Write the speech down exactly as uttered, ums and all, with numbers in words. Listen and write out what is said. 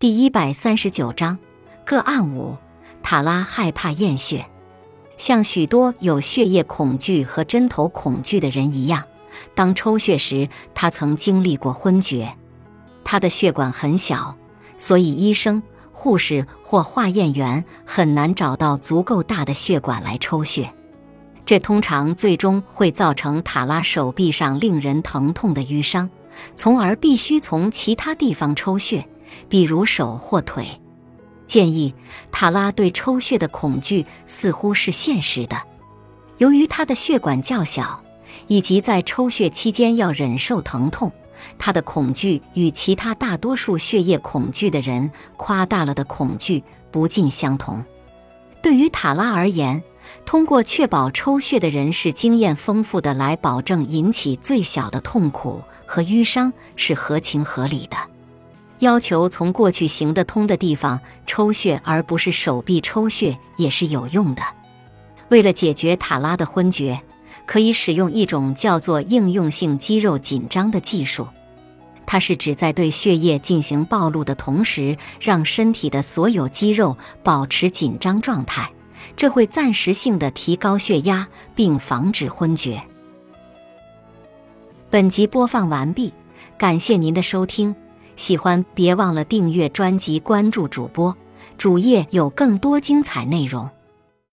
第一百三十九章个案五，塔拉害怕验血。像许多有血液恐惧和针头恐惧的人一样，当抽血时，他曾经历过昏厥。他的血管很小，所以医生、护士或化验员很难找到足够大的血管来抽血。这通常最终会造成塔拉手臂上令人疼痛的淤伤，从而必须从其他地方抽血，比如手或腿。建议塔拉对抽血的恐惧似乎是现实的，由于他的血管较小，以及在抽血期间要忍受疼痛，他的恐惧与其他大多数血液恐惧的人夸大了的恐惧不尽相同。对于塔拉而言，通过确保抽血的人是经验丰富的来保证引起最小的痛苦和淤伤是合情合理的。要求从过去行得通的地方抽血而不是手臂抽血也是有用的。为了解决塔拉的昏厥，可以使用一种叫做应用性肌肉紧张的技术。它是指在对血液进行暴露的同时，让身体的所有肌肉保持紧张状态，这会暂时性地提高血压并防止昏厥。本集播放完毕，感谢您的收听。喜欢别忘了订阅专辑，关注主播，主页有更多精彩内容。